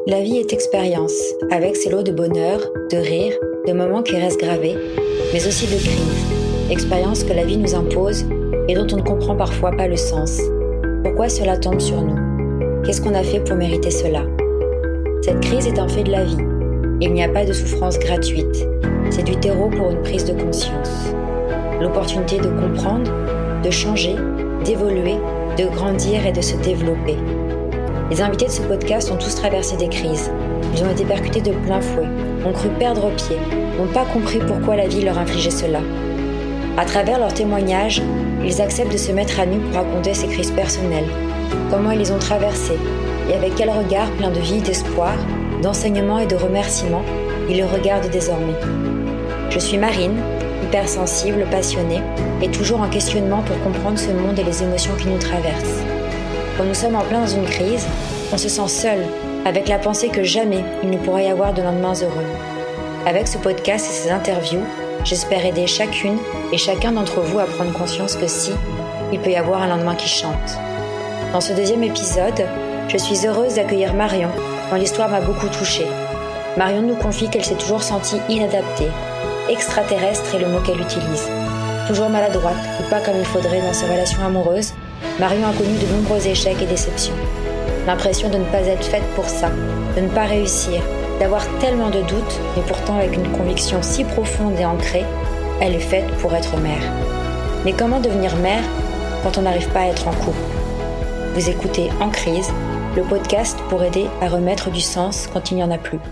La vie est expérience, avec ses lots de bonheur, de rire, de moments qui restent gravés, mais aussi de crises. Expérience que la vie nous impose et dont on ne comprend parfois pas le sens. Pourquoi cela tombe sur nous? Qu'est-ce qu'on a fait pour mériter cela? Cette crise est un fait de la vie. Il n'y a pas de souffrance gratuite. C'est du terreau pour une prise de conscience. L'opportunité de comprendre, de changer, d'évoluer, de grandir et de se développer. Les invités de ce podcast ont tous traversé des crises. Ils ont été percutés de plein fouet, ont cru perdre pied, n'ont pas compris pourquoi la vie leur infligeait cela. À travers leurs témoignages, ils acceptent de se mettre à nu pour raconter ces crises personnelles, comment ils les ont traversées et avec quel regard plein de vie, d'espoir, d'enseignement et de remerciements ils le regardent désormais. Je suis Marine, hypersensible, passionnée et toujours en questionnement pour comprendre ce monde et les émotions qui nous traversent. Quand nous sommes en plein dans une crise, on se sent seul, avec la pensée que jamais il ne pourrait y avoir de lendemains heureux. Avec ce podcast et ces interviews, j'espère aider chacune et chacun d'entre vous à prendre conscience que si, il peut y avoir un lendemain qui chante. Dans ce deuxième épisode, je suis heureuse d'accueillir Marion, dont l'histoire m'a beaucoup touchée. Marion nous confie qu'elle s'est toujours sentie inadaptée, extraterrestre est le mot qu'elle utilise. Toujours maladroite ou pas comme il faudrait dans ses relations amoureuses, Marion a connu de nombreux échecs et déceptions. L'impression de ne pas être faite pour ça, de ne pas réussir, d'avoir tellement de doutes, mais pourtant avec une conviction si profonde et ancrée, elle est faite pour être mère. Mais comment devenir mère quand on n'arrive pas à être en couple? Vous écoutez En Crise, le podcast pour aider à remettre du sens quand il n'y en a plus.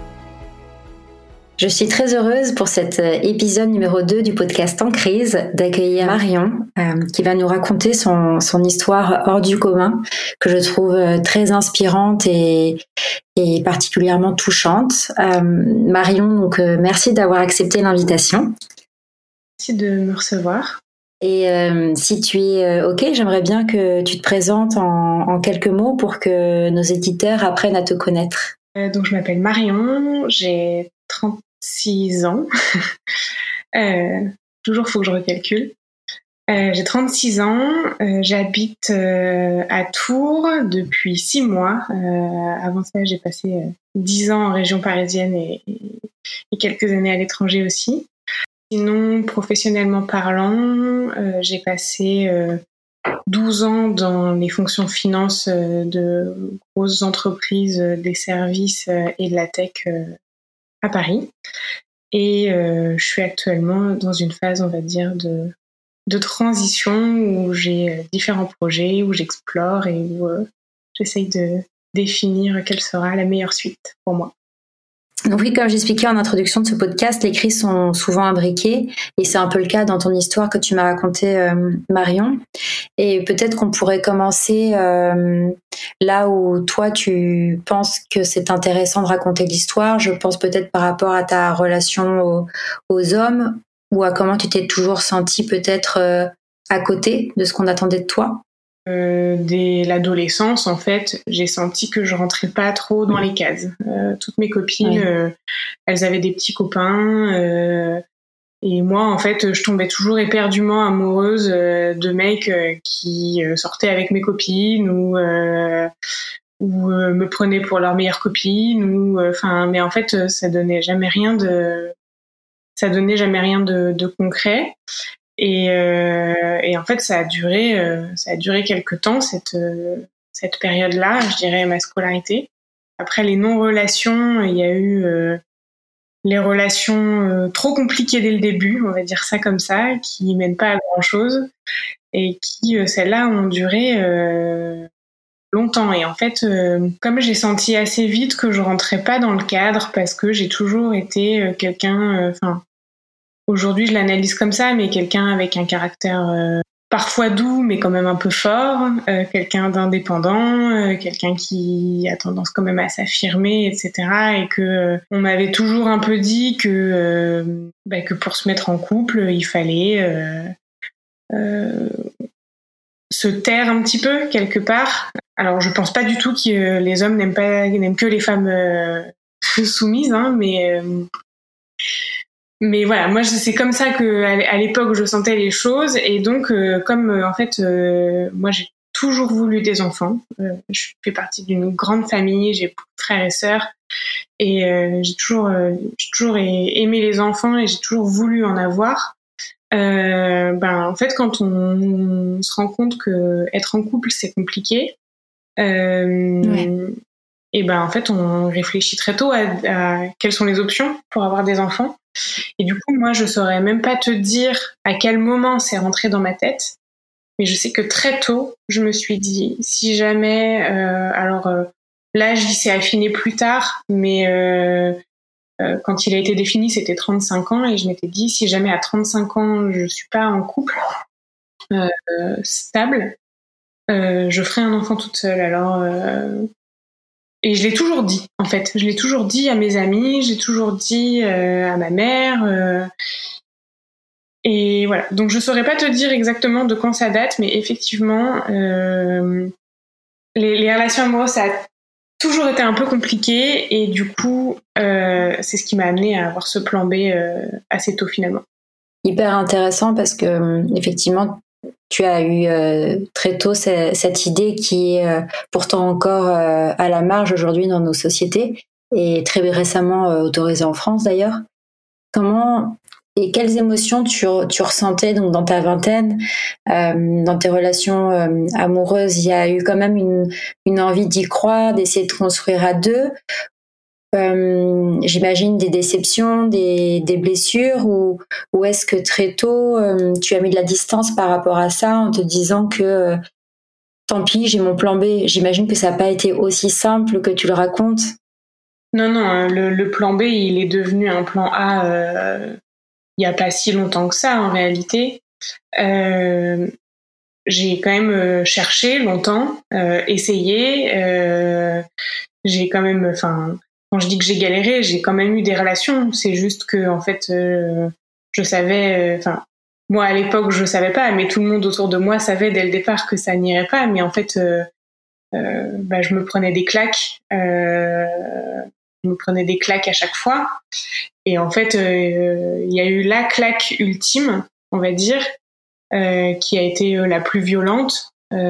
Je suis très heureuse pour cet épisode numéro 2 du podcast En Crise d'accueillir Marion qui va nous raconter son histoire hors du commun que je trouve très inspirante et particulièrement touchante. Marion, donc merci d'avoir accepté l'invitation. Merci de me recevoir. Et si tu es OK, j'aimerais bien que tu te présentes en quelques mots pour que nos éditeurs apprennent à te connaître. Donc je m'appelle Marion, j'ai 36 ans. Toujours faut que je recalcule. J'ai 36 ans, j'habite à Tours depuis 6 mois. Avant ça, j'ai passé 10 ans en région parisienne et quelques années à l'étranger aussi. Sinon, professionnellement parlant, j'ai passé 12 ans dans les fonctions finance de grosses entreprises des services et de la tech à Paris. Et je suis actuellement dans une phase, on va dire, de transition où j'ai différents projets, où j'explore et où j'essaye de définir quelle sera la meilleure suite pour moi. Donc oui, comme j'expliquais en introduction de ce podcast, les crises sont souvent imbriquées et c'est un peu le cas dans ton histoire que tu m'as racontée, Marion. Et peut-être qu'on pourrait commencer là où toi tu penses que c'est intéressant de raconter l'histoire. Je pense peut-être par rapport à ta relation aux hommes ou à comment tu t'es toujours sentie peut-être à côté de ce qu'on attendait de toi. Dès l'adolescence, en fait, j'ai senti que je rentrais pas trop dans les cases. Toutes mes copines, elles avaient des petits copains, et moi, en fait, je tombais toujours éperdument amoureuse de mecs qui sortaient avec mes copines ou me prenaient pour leur meilleure copine mais en fait, ça donnait jamais rien de concret. Et en fait, ça a duré quelque temps cette période-là, je dirais ma scolarité. Après les non-relations, il y a eu les relations trop compliquées dès le début, on va dire ça comme ça, qui mènent pas à grand-chose et qui celles-là ont duré longtemps. Et en fait, comme j'ai senti assez vite que je rentrais pas dans le cadre parce que j'ai toujours été quelqu'un, aujourd'hui, je l'analyse comme ça, mais quelqu'un avec un caractère parfois doux, mais quand même un peu fort, quelqu'un d'indépendant, quelqu'un qui a tendance quand même à s'affirmer, etc. Et que on m'avait toujours un peu dit que pour se mettre en couple, il fallait se taire un petit peu quelque part. Alors, je pense pas du tout que les hommes n'aiment que les femmes soumises, hein, mais voilà, moi c'est comme ça que à l'époque je sentais les choses et donc comme en fait moi j'ai toujours voulu des enfants. Je fais partie d'une grande famille, j'ai beaucoup de frères et sœurs, et j'ai toujours aimé les enfants et j'ai toujours voulu en avoir. En fait, quand on se rend compte que être en couple c'est compliqué, et en fait on réfléchit très tôt à quelles sont les options pour avoir des enfants. Et du coup, moi, je saurais même pas te dire à quel moment c'est rentré dans ma tête, mais je sais que très tôt, je me suis dit, si jamais, l'âge il s'est affiné plus tard, mais quand il a été défini, c'était 35 ans, et je m'étais dit, si jamais à 35 ans, je suis pas en couple stable, je ferai un enfant toute seule. Et je l'ai toujours dit, en fait. Je l'ai toujours dit à mes amis, j'ai toujours dit à ma mère. Et voilà. Donc je saurais pas te dire exactement de quand ça date, mais effectivement, les relations amoureuses, ça a toujours été un peu compliqué. Et du coup, c'est ce qui m'a amené à avoir ce plan B assez tôt finalement. Hyper intéressant parce que effectivement, tu as eu très tôt cette idée qui est pourtant encore à la marge aujourd'hui dans nos sociétés et très récemment autorisée en France d'ailleurs. Comment et quelles émotions tu ressentais donc dans ta vingtaine, dans tes relations amoureuses? Il y a eu quand même une envie d'y croire, d'essayer de construire à deux. J'imagine des déceptions, des blessures, ou est-ce que très tôt tu as mis de la distance par rapport à ça en te disant que tant pis, j'ai mon plan B. J'imagine que ça n'a pas été aussi simple que tu le racontes. Non, le plan B, il est devenu un plan A il n'y a pas si longtemps que ça en réalité. J'ai quand même cherché longtemps, essayé. J'ai quand même, quand je dis que j'ai galéré, j'ai quand même eu des relations. C'est juste que en fait, je savais, moi à l'époque je savais pas, mais tout le monde autour de moi savait dès le départ que ça n'irait pas. Mais en fait, je me prenais des claques. Je me prenais des claques à chaque fois. Et en fait, il y a eu la claque ultime, on va dire, qui a été la plus violente,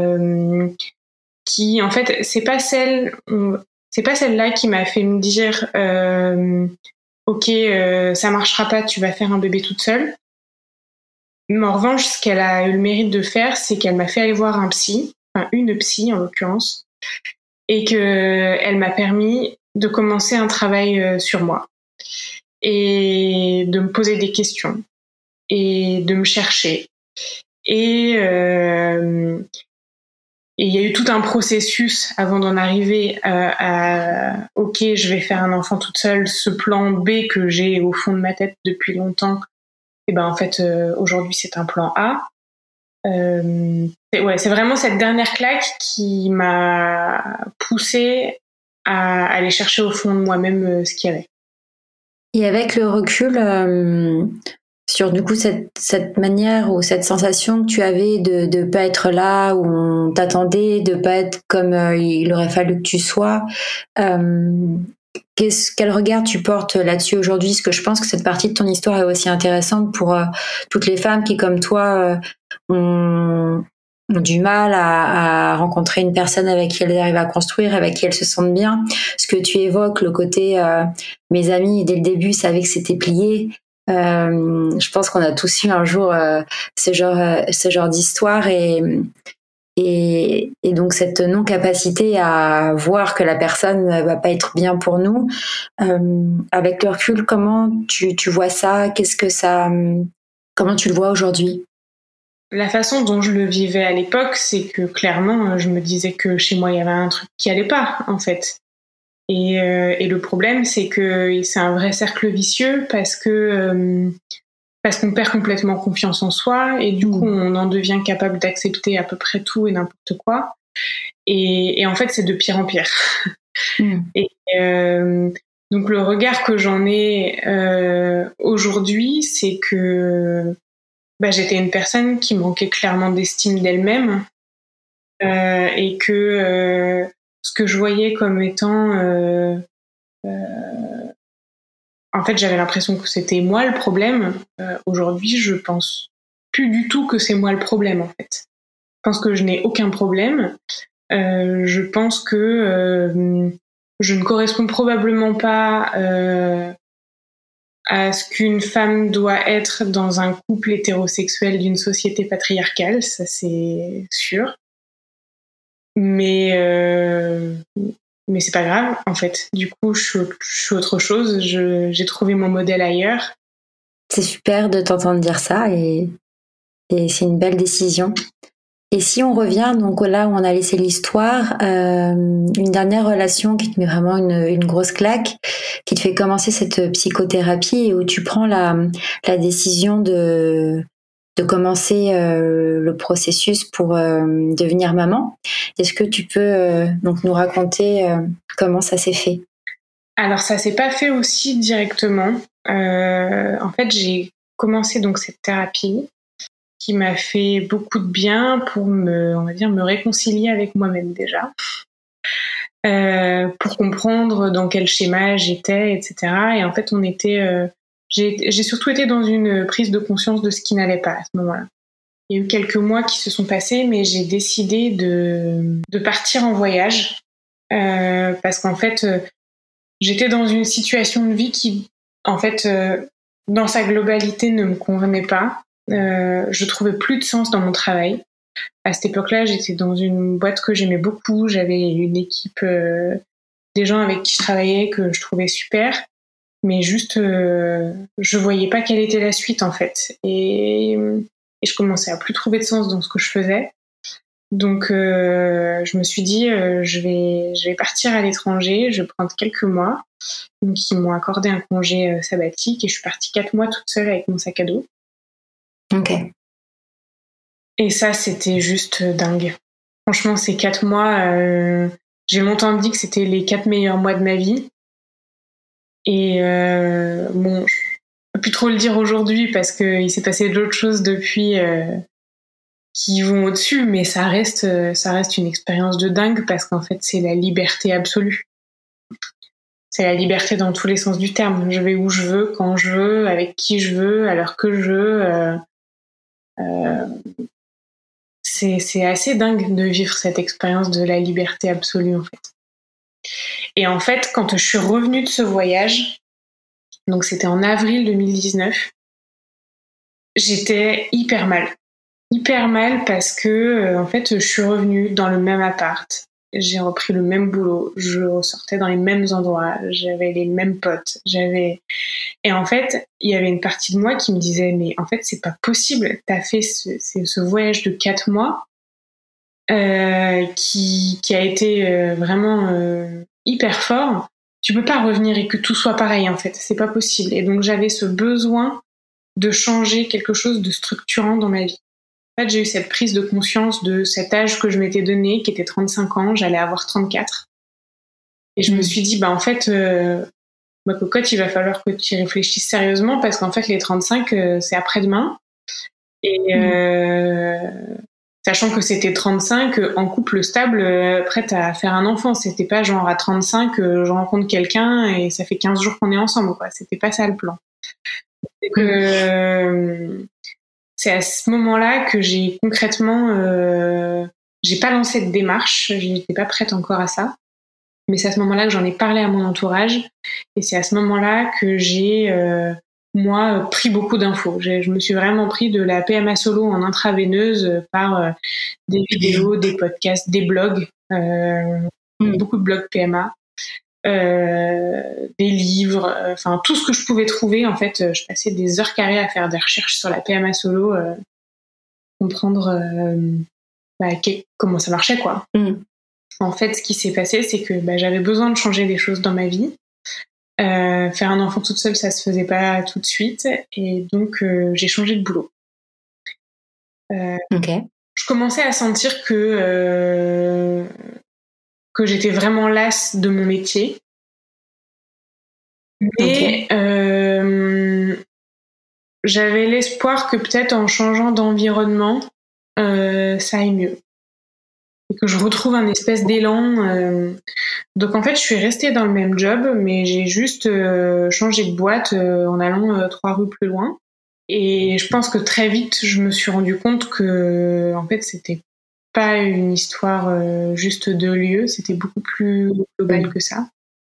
qui en fait c'est pas celle-là qui m'a fait me dire ok, ça marchera pas, tu vas faire un bébé toute seule. Mais en revanche, ce qu'elle a eu le mérite de faire, c'est qu'elle m'a fait aller voir un psy, une psy en l'occurrence, et que elle m'a permis de commencer un travail sur moi et de me poser des questions et de me chercher. Et il y a eu tout un processus avant d'en arriver à ok, je vais faire un enfant toute seule, ce plan B que j'ai au fond de ma tête depuis longtemps. Et en fait, aujourd'hui, c'est un plan A. C'est vraiment cette dernière claque qui m'a poussée à aller chercher au fond de moi-même ce qu'il y avait. Et avec le recul sur du coup cette manière ou cette sensation que tu avais de pas être là où on t'attendait, de pas être comme il aurait fallu que tu sois, quel regard tu portes là-dessus aujourd'hui? Parce que je pense que cette partie de ton histoire est aussi intéressante pour toutes les femmes qui, comme toi, ont du mal à rencontrer une personne avec qui elles arrivent à construire, avec qui elles se sentent bien. Ce que tu évoques, le côté mes amis dès le début savaient que c'était plié. Je pense qu'on a tous eu un jour ce genre d'histoire et donc cette non-capacité à voir que la personne ne va pas être bien pour nous. Avec le recul, comment tu vois ça? Comment tu le vois aujourd'hui? La façon dont je le vivais à l'époque, c'est que clairement, je me disais que chez moi, il y avait un truc qui allait pas, en fait. Et le problème, c'est que c'est un vrai cercle vicieux parce qu'on perd complètement confiance en soi et du coup, on en devient capable d'accepter à peu près tout et n'importe quoi. Et en fait, c'est de pire en pire. Et donc, le regard que j'en ai aujourd'hui, c'est que j'étais une personne qui manquait clairement d'estime d'elle-même et que ce que je voyais comme étant en fait, j'avais l'impression que c'était moi le problème. Aujourd'hui, je pense plus du tout que c'est moi le problème, en fait. pense que je n'ai aucun problème. Je pense que je ne corresponds probablement pas à ce qu'une femme doit être dans un couple hétérosexuel d'une société patriarcale, ça c'est sûr. Mais c'est pas grave, en fait. Du coup, je suis autre chose. J'ai trouvé mon modèle ailleurs. C'est super de t'entendre dire ça et c'est une belle décision. Et si on revient donc là où on a laissé l'histoire, une dernière relation qui te met vraiment une grosse claque, qui te fait commencer cette psychothérapie et où tu prends la décision de commencer le processus pour devenir maman. Est-ce que tu peux donc nous raconter comment ça s'est fait? Alors ça s'est pas fait aussi directement. En fait, j'ai commencé donc cette thérapie qui m'a fait beaucoup de bien pour me réconcilier avec moi-même déjà, pour comprendre dans quel schéma j'étais, etc. Et en fait, j'ai surtout été dans une prise de conscience de ce qui n'allait pas à ce moment-là. Il y a eu quelques mois qui se sont passés, mais j'ai décidé de partir en voyage parce qu'en fait, j'étais dans une situation de vie qui, en fait, dans sa globalité, ne me convenait pas. Je trouvais plus de sens dans mon travail. À cette époque-là, j'étais dans une boîte que j'aimais beaucoup. J'avais une équipe, des gens avec qui je travaillais que je trouvais super, mais juste, je voyais pas quelle était la suite en fait. Et je commençais à plus trouver de sens dans ce que je faisais. Donc, je me suis dit, je vais partir à l'étranger. Je vais prendre quelques mois. Donc, ils m'ont accordé un congé sabbatique et je suis partie 4 mois toute seule avec mon sac à dos. Ok. Et ça, c'était juste dingue. Franchement, ces 4 mois, j'ai longtemps dit que c'était les 4 meilleurs mois de ma vie. Et bon, je peux plus trop le dire aujourd'hui parce qu'il s'est passé d'autres choses depuis qui vont au-dessus, mais ça reste une expérience de dingue parce qu'en fait, c'est la liberté absolue. C'est la liberté dans tous les sens du terme. Je vais où je veux, quand je veux, avec qui je veux, à l'heure que je veux. C'est assez dingue de vivre cette expérience de la liberté absolue, en fait. Et en fait, quand je suis revenue de ce voyage, donc c'était en avril 2019, j'étais hyper mal. Hyper mal parce que, en fait, je suis revenue dans le même appart. J'ai repris le même boulot. Je sortais dans les mêmes endroits. J'avais les mêmes potes. Et en fait, il y avait une partie de moi qui me disait, mais en fait, c'est pas possible. T'as fait ce voyage de 4 mois, qui a été vraiment hyper fort. Tu peux pas revenir et que tout soit pareil, en fait. C'est pas possible. Et donc, j'avais ce besoin de changer quelque chose de structurant dans ma vie. En fait, j'ai eu cette prise de conscience de cet âge que je m'étais donné, qui était 35 ans, j'allais avoir 34. Et je me suis dit, en fait, ma cocotte, il va falloir que tu y réfléchisses sérieusement parce qu'en fait, les 35, c'est après-demain. Et sachant que c'était 35, en couple stable, prête à faire un enfant. C'était pas genre à 35, je rencontre quelqu'un et ça fait 15 jours qu'on est ensemble, quoi. C'était pas ça le plan. C'est à ce moment-là que j'ai concrètement, j'ai pas lancé de démarche, je n'étais pas prête encore à ça, mais c'est à ce moment-là que j'en ai parlé à mon entourage, et c'est à ce moment-là que j'ai, moi, pris beaucoup d'infos. Je me suis vraiment pris de la PMA solo en intraveineuse par des vidéos, des podcasts, des blogs, beaucoup de blogs PMA. Des livres, enfin tout ce que je pouvais trouver. En fait, je passais des heures carrées à faire des recherches sur la PMA solo, comprendre comment ça marchait, quoi. En fait, ce qui s'est passé, c'est que j'avais besoin de changer des choses dans ma vie. Faire un enfant toute seule, ça se faisait pas tout de suite, et donc j'ai changé de boulot. Okay. Je commençais à sentir que j'étais vraiment lasse de mon métier. Mais j'avais l'espoir que peut-être en changeant d'environnement, ça aille mieux. Et que je retrouve un espèce d'élan. Donc en fait, je suis restée dans le même job, mais j'ai juste changé de boîte en allant 3 rues plus loin. Et je pense que très vite, je me suis rendu compte que en fait, c'était pas une histoire juste de lieu, c'était beaucoup plus global que ça.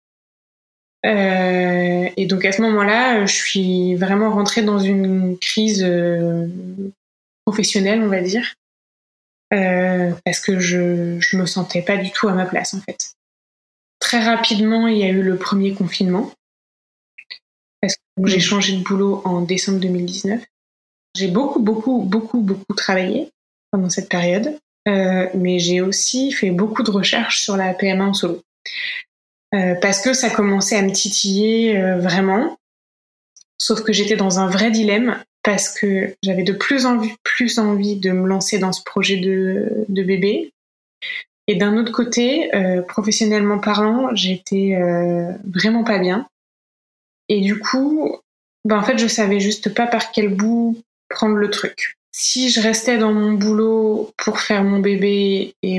Et donc à ce moment-là, je suis vraiment rentrée dans une crise professionnelle, on va dire, parce que je me sentais pas du tout à ma place en fait. Très rapidement, il y a eu le premier confinement, parce que j'ai changé de boulot en décembre 2019. J'ai beaucoup travaillé pendant cette période, mais j'ai aussi fait beaucoup de recherches sur la PMA en solo. Parce que ça commençait à me titiller vraiment, sauf que j'étais dans un vrai dilemme, parce que j'avais de plus envie de me lancer dans ce projet de bébé. Et d'un autre côté, professionnellement parlant, j'étais vraiment pas bien. Et du coup, en fait, je savais juste pas par quel bout prendre le truc. Si je restais dans mon boulot pour faire mon bébé, et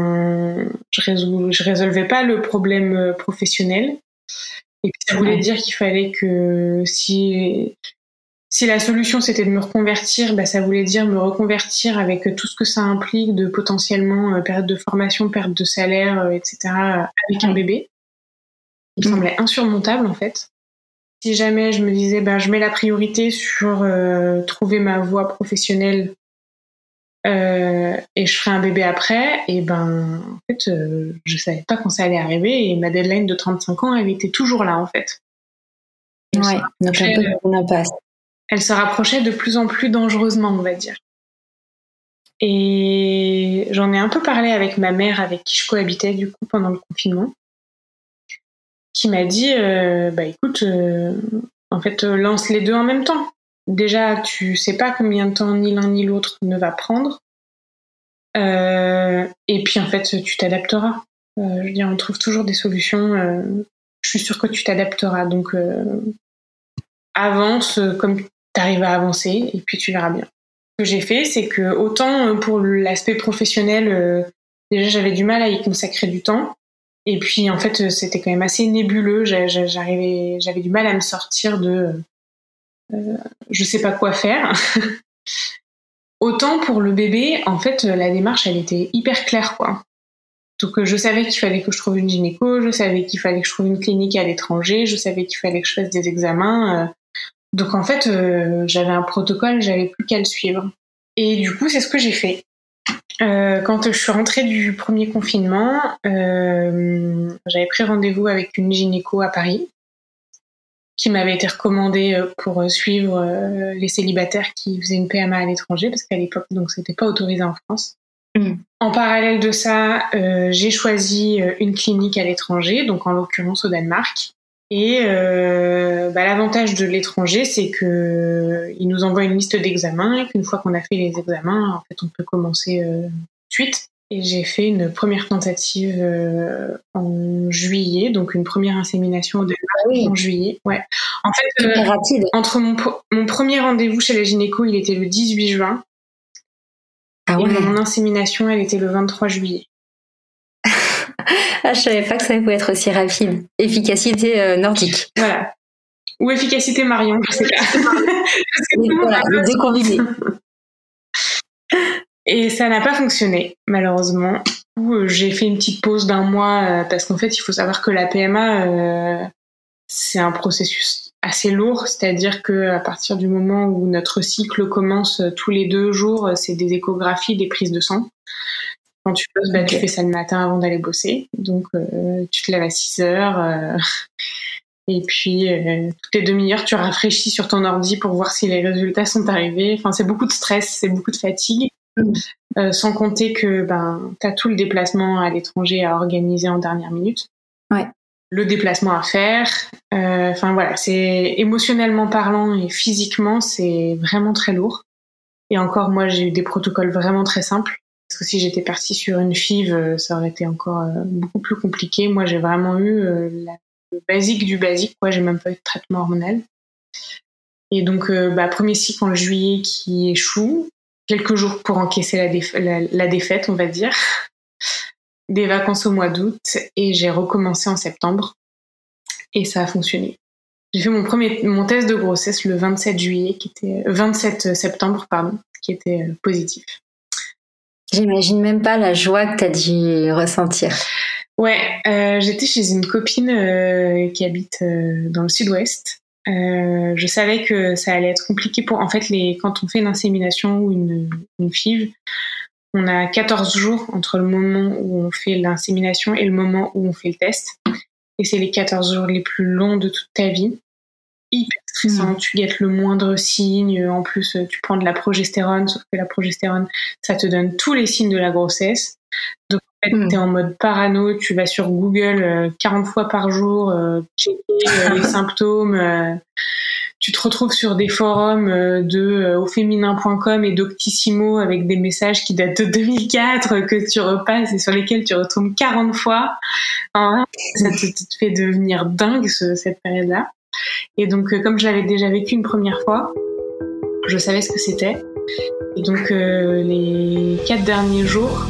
je résolvais pas le problème professionnel. Et puis ça voulait dire qu'il fallait que si la solution c'était de me reconvertir, ça voulait dire me reconvertir avec tout ce que ça implique de potentiellement période de formation, perte de salaire, etc. avec un bébé. Il me semblait insurmontable en fait. Si jamais je me disais, je mets la priorité sur trouver ma voie professionnelle et je ferai un bébé après, et en fait, je savais pas quand ça allait arriver et ma deadline de 35 ans, elle était toujours là en fait. Ouais, donc un peu une impasse. Elle se rapprochait de plus en plus dangereusement, on va dire. Et j'en ai un peu parlé avec ma mère, avec qui je cohabitais du coup pendant le confinement, qui m'a dit écoute, en fait, lance les deux en même temps. Déjà, tu sais pas combien de temps ni l'un ni l'autre ne va prendre. Et puis, en fait, tu t'adapteras. Je veux dire, on trouve toujours des solutions. Je suis sûre que tu t'adapteras. Donc, avance comme tu arrives à avancer et puis tu verras bien. Ce que j'ai fait, c'est que autant pour l'aspect professionnel, déjà, j'avais du mal à y consacrer du temps. Et puis, en fait, c'était quand même assez nébuleux. J'avais du mal à me sortir de je sais pas quoi faire. Autant pour le bébé, en fait, la démarche, elle était hyper claire, quoi. Donc, je savais qu'il fallait que je trouve une gynéco, je savais qu'il fallait que je trouve une clinique à l'étranger, je savais qu'il fallait que je fasse des examens. Donc, en fait, j'avais un protocole, j'avais plus qu'à le suivre. Et du coup, c'est ce que j'ai fait. Quand je suis rentrée du premier confinement, j'avais pris rendez-vous avec une gynéco à Paris qui m'avait été recommandée pour suivre les célibataires qui faisaient une PMA à l'étranger, parce qu'à l'époque, donc, c'était pas autorisé en France. En parallèle de ça, j'ai choisi une clinique à l'étranger, donc en l'occurrence au Danemark. Et l'avantage de l'étranger, c'est que il nous envoie une liste d'examens et qu'une fois qu'on a fait les examens, en fait, on peut commencer tout de suite. Et j'ai fait une première tentative en juillet, donc une première insémination au Danemark en juillet. Ouais. En fait, rapide. Entre mon premier rendez-vous chez la gynéco, il était le 18 juin. Ah ouais. Et mon insémination, elle était le 23 juillet. Je savais pas que ça pouvait être aussi rapide. Efficacité nordique. Voilà. Ou efficacité Marion, je sais pas. Voilà, les deux combinés. Et ça n'a pas fonctionné, malheureusement. J'ai fait une petite pause d'1 mois parce qu'en fait, il faut savoir que la PMA, c'est un processus assez lourd, c'est-à-dire que à partir du moment où notre cycle commence tous les 2 jours, c'est des échographies, des prises de sang. Quand tu bosses, tu fais ça le matin avant d'aller bosser. Donc, tu te lèves à 6 heures. Et puis, toutes les demi-heures, tu rafraîchis sur ton ordi pour voir si les résultats sont arrivés. Enfin, c'est beaucoup de stress, c'est beaucoup de fatigue. Sans compter que t'as tout le déplacement à l'étranger à organiser en dernière minute. Ouais. Le déplacement à faire. Enfin, voilà, c'est émotionnellement parlant et physiquement, c'est vraiment très lourd. Et encore, moi, j'ai eu des protocoles vraiment très simples. Parce que si j'étais partie sur une FIV, ça aurait été encore beaucoup plus compliqué. Moi, j'ai vraiment eu le basique du basique, quoi. J'ai même pas eu de traitement hormonal. Et donc, premier cycle en juillet qui échoue, quelques jours pour encaisser la défaite, on va dire. Des vacances au mois d'août, et j'ai recommencé en septembre. Et ça a fonctionné. J'ai fait mon test de grossesse le 27 septembre, qui était positif. J'imagine même pas la joie que tu as dû ressentir. Ouais, j'étais chez une copine qui habite dans le sud-ouest. Je savais que ça allait être compliqué en fait, quand on fait une insémination ou une FIV, on a 14 jours entre le moment où on fait l'insémination et le moment où on fait le test. Et c'est les 14 jours les plus longs de toute ta vie. Hyper stressant, tu guettes le moindre signe. En plus, tu prends de la progestérone, sauf que la progestérone, ça te donne tous les signes de la grossesse. Donc, en fait, t'es en mode parano, tu vas sur Google 40 fois par jour, checker les symptômes. Tu te retrouves sur des forums de auféminin.com et Doctissimo avec des messages qui datent de 2004 que tu repasses et sur lesquels tu retombes 40 fois. Alors, ça te fait devenir dingue cette période-là. Et donc, comme je l'avais déjà vécu une première fois, je savais ce que c'était. Et donc, les 4 derniers jours,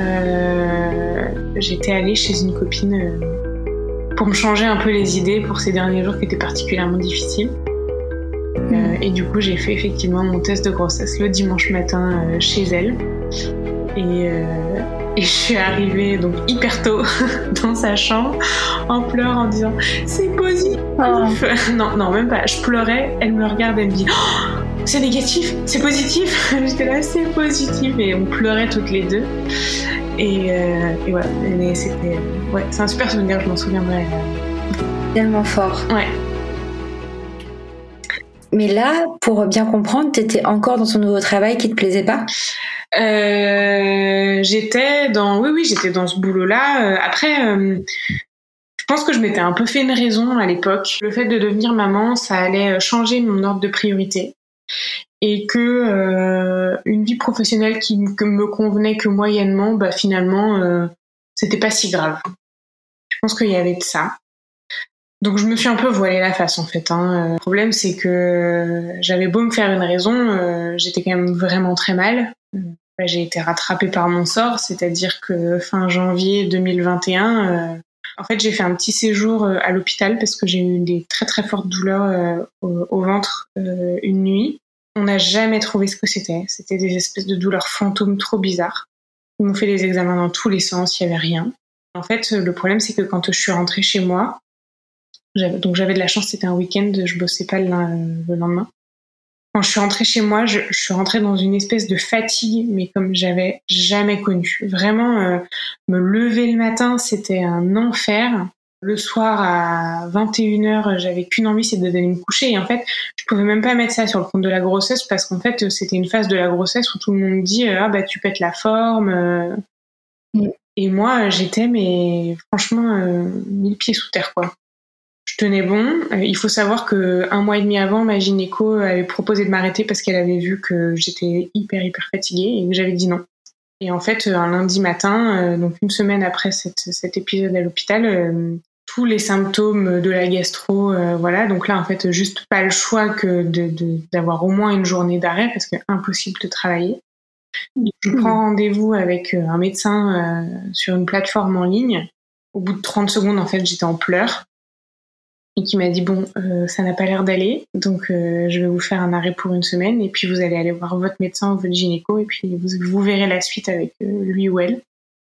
j'étais allée chez une copine pour me changer un peu les idées pour ces derniers jours qui étaient particulièrement difficiles. Et du coup, j'ai fait effectivement mon test de grossesse le dimanche matin chez elle. Et je suis arrivée donc hyper tôt dans sa chambre en pleurant, en disant c'est positif. Non, même pas. Je pleurais. Elle me regarde, elle me dit c'est négatif, c'est positif. J'étais là, c'est positif. Et on pleurait toutes les deux. Et voilà. Mais c'était, c'est un super souvenir. Je m'en souviendrai. Tellement fort. Ouais. Mais là, pour bien comprendre, t'étais encore dans ton nouveau travail qui te plaisait pas ? J'étais dans ce boulot-là. Après, je pense que je m'étais un peu fait une raison à l'époque. Le fait de devenir maman, ça allait changer mon ordre de priorité. Et que une vie professionnelle qui me convenait que moyennement, finalement, c'était pas si grave. Je pense qu'il y avait de ça. Donc je me suis un peu voilé la face en fait. Le problème c'est que j'avais beau me faire une raison, j'étais quand même vraiment très mal. J'ai été rattrapée par mon sort, c'est-à-dire que fin janvier 2021, en fait j'ai fait un petit séjour à l'hôpital parce que j'ai eu des très très fortes douleurs au ventre une nuit. On n'a jamais trouvé ce que c'était. C'était des espèces de douleurs fantômes trop bizarres. Ils m'ont fait des examens dans tous les sens, il n'y avait rien. En fait, le problème c'est que quand je suis rentrée chez moi, j'avais de la chance, c'était un week-end, je bossais pas le lendemain. Quand je suis rentrée chez moi, je suis rentrée dans une espèce de fatigue, mais comme j'avais jamais connu. Vraiment, me lever le matin, c'était un enfer. Le soir à 21h, j'avais qu'une envie, c'est d'aller me coucher. Et en fait, je pouvais même pas mettre ça sur le compte de la grossesse parce qu'en fait, c'était une phase de la grossesse où tout le monde dit tu pètes la forme. Et moi, j'étais, mais franchement, 1000 pieds sous terre, quoi. Je tenais bon. Il faut savoir que 1 mois et demi avant, ma gynéco avait proposé de m'arrêter parce qu'elle avait vu que j'étais hyper fatiguée et que j'avais dit non. Et en fait, un lundi matin, donc une semaine après cet épisode à l'hôpital, tous les symptômes de la gastro, voilà. Donc là, en fait, juste pas le choix que d'avoir au moins une journée d'arrêt parce que impossible de travailler. Je prends rendez-vous avec un médecin sur une plateforme en ligne. Au bout de 30 secondes, en fait, j'étais en pleurs. Et qui m'a dit ça n'a pas l'air d'aller, donc je vais vous faire un arrêt pour 1 semaine et puis vous allez aller voir votre médecin ou votre gynéco et puis vous verrez la suite avec lui ou elle.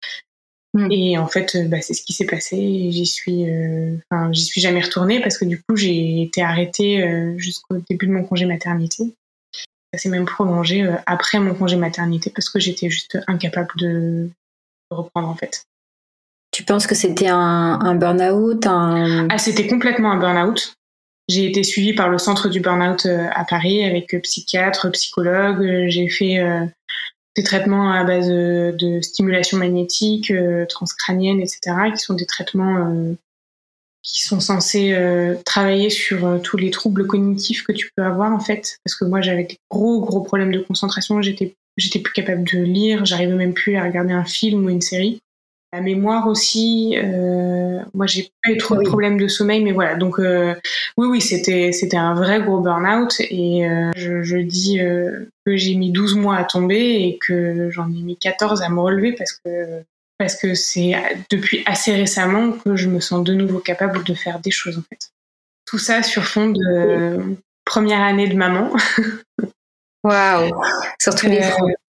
Et en fait, c'est ce qui s'est passé. Et j'y suis jamais retournée parce que du coup j'ai été arrêtée jusqu'au début de mon congé maternité. Ça s'est même prolongé après mon congé maternité parce que j'étais juste incapable de reprendre en fait. Tu penses que c'était un burn-out C'était complètement un burn-out. J'ai été suivie par le centre du burn-out à Paris avec psychiatre, psychologue. J'ai fait des traitements à base de stimulation magnétique, transcrânienne, etc., qui sont des traitements qui sont censés travailler sur tous les troubles cognitifs que tu peux avoir en fait. Parce que moi, j'avais des gros problèmes de concentration. J'étais plus capable de lire. J'arrivais même plus à regarder un film ou une série. La mémoire aussi, moi j'ai pas eu trop de problèmes de sommeil, mais voilà. Donc oui, c'était un vrai gros burn-out et je dis que j'ai mis 12 mois à tomber et que j'en ai mis 14 à me relever parce que c'est depuis assez récemment que je me sens de nouveau capable de faire des choses en fait. Tout ça sur fond de première année de maman. Waouh, sur tous les fronts.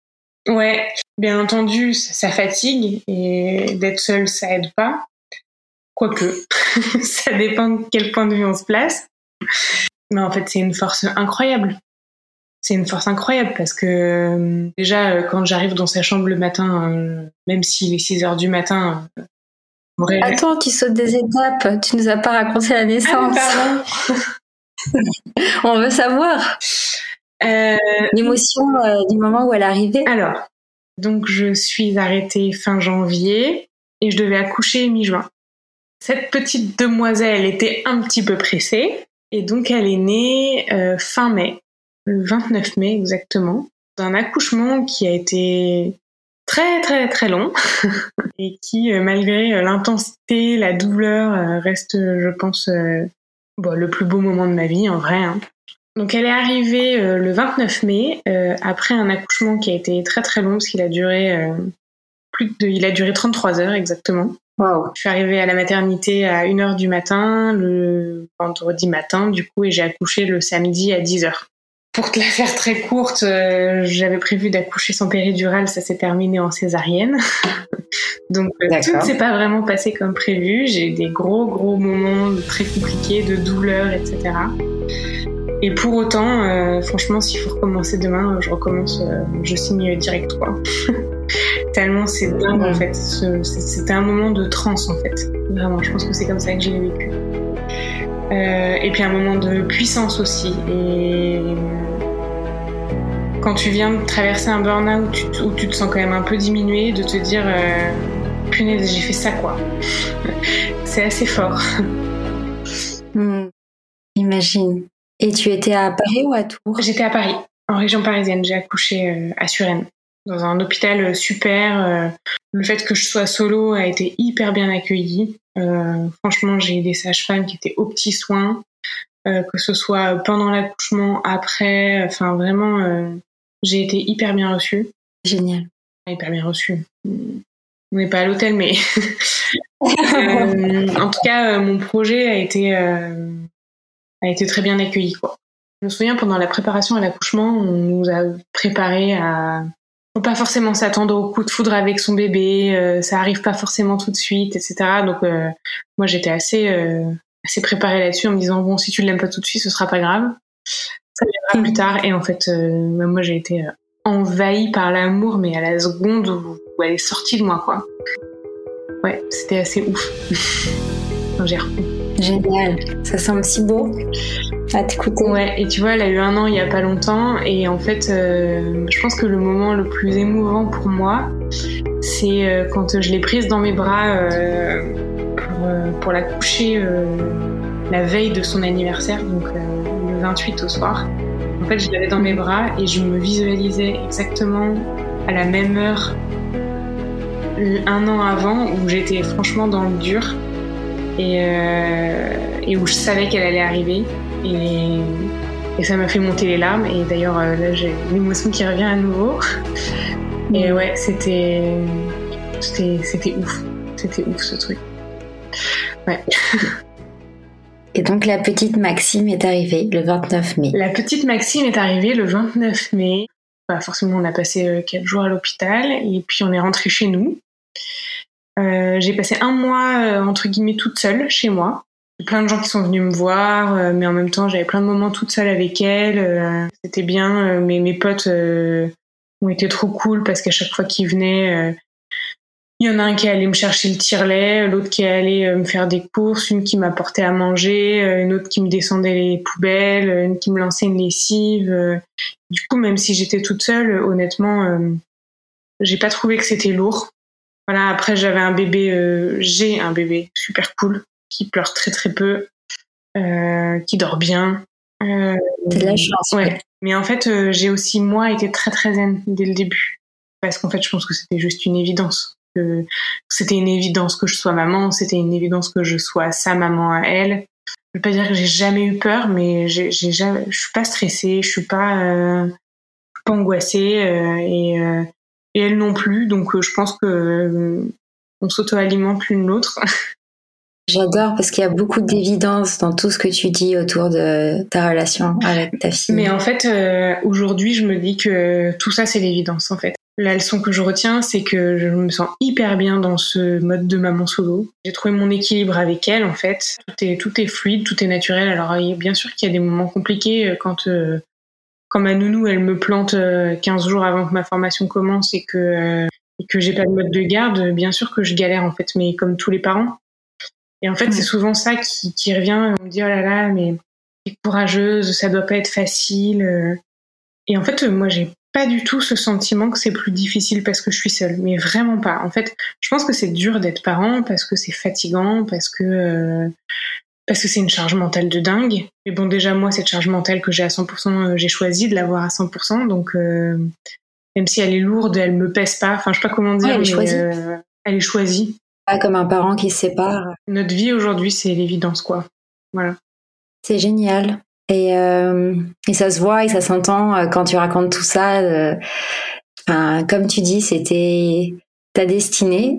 Ouais, bien entendu, ça fatigue et d'être seule, ça aide pas. Quoique, ça dépend de quel point de vue on se place. Mais en fait, c'est une force incroyable. C'est une force incroyable parce que déjà, quand j'arrive dans sa chambre le matin, même s'il est 6 heures du matin... Attends, tu sautes des étapes. Tu nous as pas raconté la naissance. Ah, pardon. On veut savoir. L'émotion du moment où elle est arrivée. Alors, donc je suis arrêtée fin janvier et je devais accoucher mi-juin. Cette petite demoiselle était un petit peu pressée et donc elle est née fin mai, le 29 mai exactement, d'un accouchement qui a été très très très long et qui, malgré l'intensité, la douleur, reste, je pense, le plus beau moment de ma vie en vrai. Hein. Donc elle est arrivée le 29 mai après un accouchement qui a été très très long parce qu'il a duré il a duré 33 heures exactement. Wow. Je suis arrivée à la maternité à 1h du matin le vendredi matin du coup et j'ai accouché le samedi à 10h. Pour te la faire très courte, j'avais prévu d'accoucher sans péridurale, ça s'est terminé en césarienne. Donc tout ne s'est pas vraiment passé comme prévu. J'ai eu des gros moments très compliqués de douleur, etc. Et pour autant, franchement, s'il faut recommencer demain, je recommence, je signe direct, quoi. Tellement c'est dingue, en fait. C'était un moment de transe, en fait. Vraiment, je pense que c'est comme ça que je l'ai vécu. Et puis un moment de puissance aussi. Et quand tu viens de traverser un burn-out où tu te sens quand même un peu diminué, de te dire punaise, j'ai fait ça, quoi. C'est assez fort. Imagine. Et tu étais à Paris ou à Tours ? J'étais à Paris, en région parisienne. J'ai accouché à Suresnes, dans un hôpital super. Le fait que je sois solo a été hyper bien accueilli. Franchement, j'ai eu des sages-femmes qui étaient aux petits soins, que ce soit pendant l'accouchement, après. Enfin, vraiment, j'ai été hyper bien reçue. Génial. Hyper bien reçue. On n'est pas à l'hôtel, mais en tout cas, mon projet a été très bien accueilli, quoi. Je me souviens, pendant la préparation à l'accouchement, on nous a préparé à... Faut pas forcément s'attendre au coup de foudre avec son bébé, ça arrive pas forcément tout de suite, etc. Donc, moi, j'étais assez préparée là-dessus en me disant, bon, si tu l'aimes pas tout de suite, ce sera pas grave. Ça viendra plus tard. Et en fait, moi, j'ai été envahie par l'amour, mais à la seconde où elle est sortie de moi, quoi. Ouais, c'était assez ouf. J'ai repris. Génial, ça semble si beau à t'écouter. Ouais, et tu vois, elle a eu 1 an il y a pas longtemps, et en fait, je pense que le moment le plus émouvant pour moi, c'est quand je l'ai prise dans mes bras pour la coucher la veille de son anniversaire, donc le 28 au soir. En fait, je l'avais dans mes bras et je me visualisais exactement à la même heure 1 an avant, où j'étais franchement dans le dur. Et où je savais qu'elle allait arriver et ça m'a fait monter les larmes et d'ailleurs là j'ai l'émotion qui revient à nouveau et ouais c'était ouf ce truc, ouais. Et donc la petite Maxime est arrivée le 29 mai. La petite Maxime est arrivée le 29 mai. Forcément on a passé 4 jours à l'hôpital et puis on est rentré chez nous. J'ai passé 1 mois entre guillemets toute seule chez moi. Plein de gens qui sont venus me voir, mais en même temps j'avais plein de moments toute seule avec elle. C'était bien. Mes potes ont été trop cool parce qu'à chaque fois qu'ils venaient, il y en a un qui allait me chercher le tire-lait, l'autre qui allait me faire des courses, une qui m'apportait à manger, une autre qui me descendait les poubelles, une qui me lançait une lessive. Du coup, même si j'étais toute seule, honnêtement, j'ai pas trouvé que c'était lourd. Voilà, après j'ai un bébé super cool qui pleure très très peu, qui dort bien. C'est de la chance. Ouais. Mais en fait, j'ai aussi moi été très très zen dès le début, parce qu'en fait je pense que c'était juste une évidence. C'était une évidence que je sois maman, c'était une évidence que je sois sa maman à elle. Je veux pas dire que j'ai jamais eu peur, mais je suis pas stressée, je suis pas angoissée et elle non plus, donc je pense que on s'auto-alimente l'une l'autre. J'adore parce qu'il y a beaucoup d'évidence dans tout ce que tu dis autour de ta relation avec ta fille. Mais en fait, aujourd'hui, je me dis que tout ça, c'est l'évidence, en fait. La leçon que je retiens, c'est que je me sens hyper bien dans ce mode de maman solo. J'ai trouvé mon équilibre avec elle, en fait. Tout est fluide, tout est naturel. Alors, bien sûr qu'il y a des moments compliqués quand ma nounou, elle me plante 15 jours avant que ma formation commence et que j'ai pas de mode de garde. Bien sûr que je galère, en fait, mais comme tous les parents. Et en fait, c'est souvent ça qui revient. On me dit, oh là là, mais t'es courageuse, ça doit pas être facile. Et en fait, moi, j'ai pas du tout ce sentiment que c'est plus difficile parce que je suis seule, mais vraiment pas. En fait, je pense que c'est dur d'être parent parce que c'est fatigant, parce que c'est une charge mentale de dingue. Mais bon, déjà moi, cette charge mentale que j'ai à 100%, j'ai choisi de l'avoir à 100%, donc même si elle est lourde, elle me pèse pas. Enfin, je sais pas comment dire, elle est choisie. Elle est choisie. Pas comme un parent qui se sépare. Notre vie aujourd'hui, c'est l'évidence, quoi. Voilà. C'est génial. Et ça se voit et ça s'entend quand tu racontes tout ça. Comme tu dis, c'était ta destinée.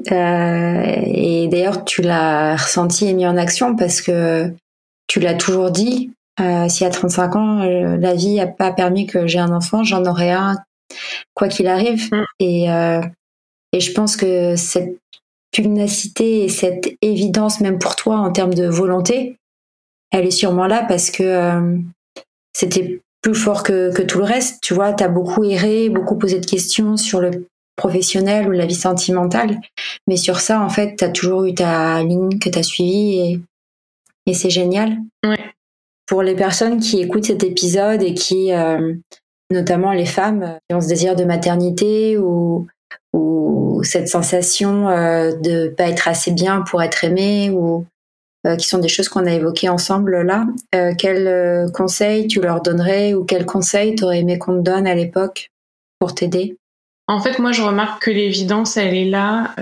Et d'ailleurs, tu l'as ressenti et mis en action parce que tu l'as toujours dit. Si à 35 ans, la vie n'a pas permis que j'ai un enfant, j'en aurai un, quoi qu'il arrive. Et je pense que cette pugnacité et cette évidence, même pour toi, en termes de volonté, elle est sûrement là parce que c'était plus fort que tout le reste. Tu vois, t'as beaucoup erré, beaucoup posé de questions sur le professionnel ou la vie sentimentale. Mais sur ça, en fait, t'as toujours eu ta ligne que t'as suivie et c'est génial. Ouais. Pour les personnes qui écoutent cet épisode et qui, notamment les femmes, qui ont ce désir de maternité ou cette sensation de pas être assez bien pour être aimée ou qui sont des choses qu'on a évoquées ensemble là. Quels conseils tu leur donnerais ou quels conseils t'aurais aimé qu'on te donne à l'époque pour t'aider? En fait, moi, je remarque que l'évidence, elle est là,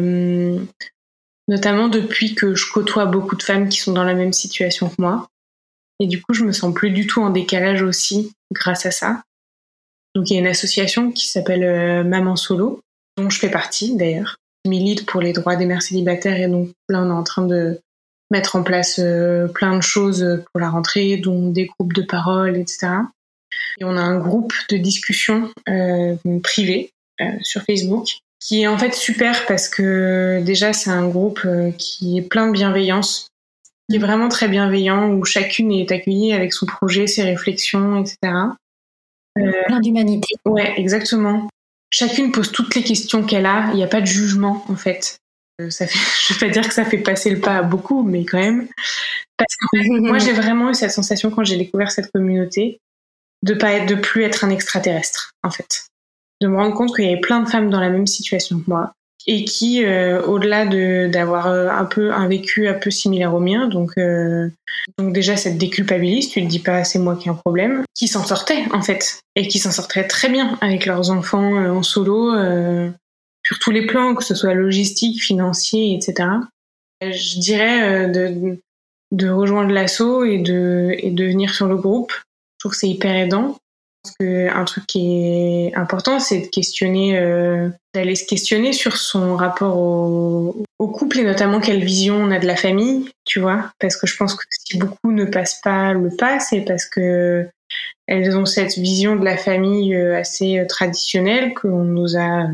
notamment depuis que je côtoie beaucoup de femmes qui sont dans la même situation que moi. Et du coup, je me sens plus du tout en décalage aussi grâce à ça. Donc, il y a une association qui s'appelle Maman Solo, dont je fais partie d'ailleurs. Je milite pour les droits des mères célibataires et donc là, on est en train de mettre en place plein de choses pour la rentrée, dont des groupes de parole, etc. Et on a un groupe de discussion privé sur Facebook qui est en fait super parce que déjà c'est un groupe qui est plein de bienveillance, qui est vraiment très bienveillant, où chacune est accueillie avec son projet, ses réflexions, etc. Plein d'humanité. Ouais, exactement. Chacune pose toutes les questions qu'elle a, il n'y a pas de jugement en fait. Ça fait, je ne vais pas dire que ça fait passer le pas à beaucoup, mais quand même. Parce que moi, j'ai vraiment eu cette sensation quand j'ai découvert cette communauté de plus être un extraterrestre, en fait. De me rendre compte qu'il y avait plein de femmes dans la même situation que moi et qui, au-delà d'avoir un vécu un peu similaire au mien, donc déjà cette déculpabilise, tu te dis pas c'est moi qui ai un problème, qui s'en sortaient en fait et qui s'en sortaient très bien avec leurs enfants en solo. Sur tous les plans, que ce soit logistique, financier, etc. Je dirais de rejoindre l'asso et de venir sur le groupe. Je trouve que c'est hyper aidant. Parce que un truc qui est important, c'est de questionner, d'aller se questionner sur son rapport au couple et notamment quelle vision on a de la famille, tu vois. Parce que je pense que si beaucoup ne passent pas le pas, c'est parce que elles ont cette vision de la famille assez traditionnelle qu'on nous a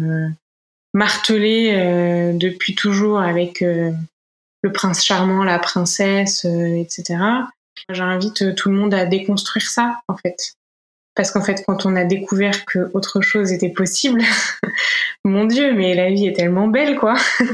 martelé depuis toujours avec le prince charmant, la princesse, etc. J'invite tout le monde à déconstruire ça, en fait. Parce qu'en fait, quand on a découvert que autre chose était possible, mon Dieu, mais la vie est tellement belle, quoi.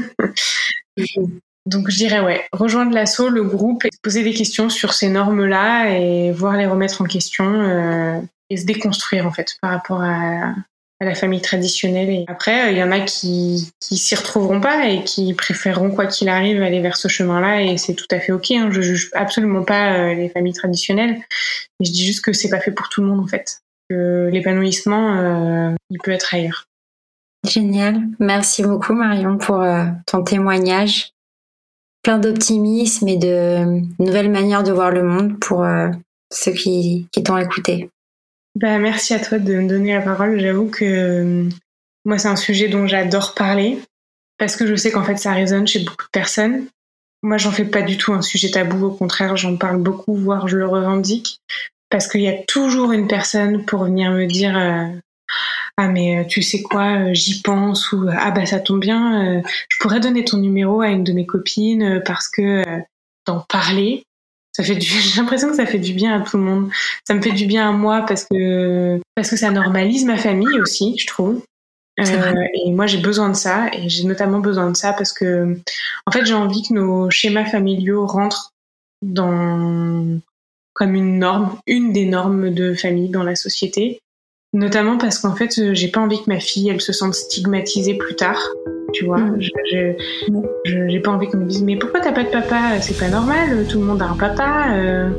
Donc je dirais, ouais, rejoindre l'asso, le groupe, et se poser des questions sur ces normes-là et voir les remettre en question et se déconstruire, en fait, par rapport à la famille traditionnelle. Et après, il y en a qui s'y retrouveront pas et qui préféreront, quoi qu'il arrive, aller vers ce chemin-là, et c'est tout à fait ok, hein. Je juge absolument pas les familles traditionnelles, mais je dis juste que c'est pas fait pour tout le monde, en fait. Que l'épanouissement, il peut être ailleurs. Génial. Merci beaucoup, Marion, pour ton témoignage. Plein d'optimisme et de nouvelles manières de voir le monde pour ceux qui t'ont écouté. Bah, merci à toi de me donner la parole. J'avoue que moi, c'est un sujet dont j'adore parler parce que je sais qu'en fait, ça résonne chez beaucoup de personnes. Moi, j'en fais pas du tout un sujet tabou. Au contraire, j'en parle beaucoup, voire je le revendique, parce qu'il y a toujours une personne pour venir me dire ah mais tu sais quoi, j'y pense, ou ah bah ça tombe bien, je pourrais donner ton numéro à une de mes copines parce que d'en parler, j'ai l'impression que ça fait du bien à tout le monde. Ça me fait du bien à moi parce que ça normalise ma famille aussi, je trouve. Et moi j'ai besoin de ça, et j'ai notamment besoin de ça parce que en fait j'ai envie que nos schémas familiaux rentrent dans comme une des normes de famille dans la société, notamment parce qu'en fait j'ai pas envie que ma fille elle se sente stigmatisée plus tard, tu vois. J'ai pas envie qu'on me dise mais pourquoi t'as pas de papa, c'est pas normal, tout le monde a un papa.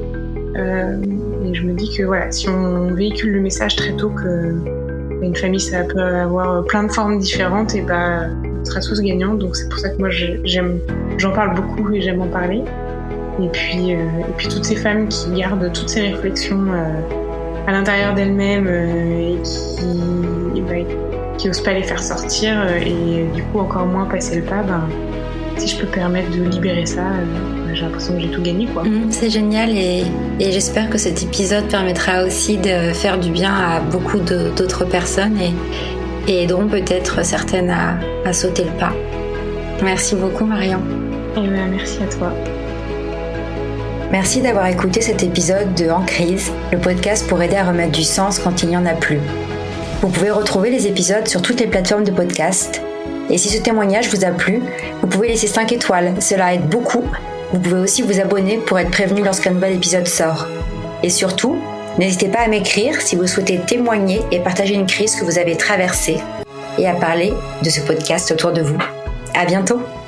Et je me dis que voilà, si on véhicule le message très tôt que une famille ça peut avoir plein de formes différentes, et bah on sera tous gagnants. Donc c'est pour ça que moi j'en parle beaucoup et j'aime en parler. Et puis toutes ces femmes qui gardent toutes ces réflexions à l'intérieur d'elles-mêmes et qui osent pas les faire sortir, et du coup encore moins passer le pas, si je peux permettre de libérer ça, j'ai l'impression que j'ai tout gagné, quoi. C'est génial, et j'espère que cet épisode permettra aussi de faire du bien à beaucoup d'autres personnes et aideront peut-être certaines à sauter le pas. Merci beaucoup, Marion. Merci à toi. Merci d'avoir écouté cet épisode de En Crise, le podcast pour aider à remettre du sens quand il n'y en a plus. Vous pouvez retrouver les épisodes sur toutes les plateformes de podcast. Et si ce témoignage vous a plu, vous pouvez laisser 5 étoiles, cela aide beaucoup. Vous pouvez aussi vous abonner pour être prévenu lorsqu'un nouvel épisode sort. Et surtout, n'hésitez pas à m'écrire si vous souhaitez témoigner et partager une crise que vous avez traversée, et à parler de ce podcast autour de vous. À bientôt!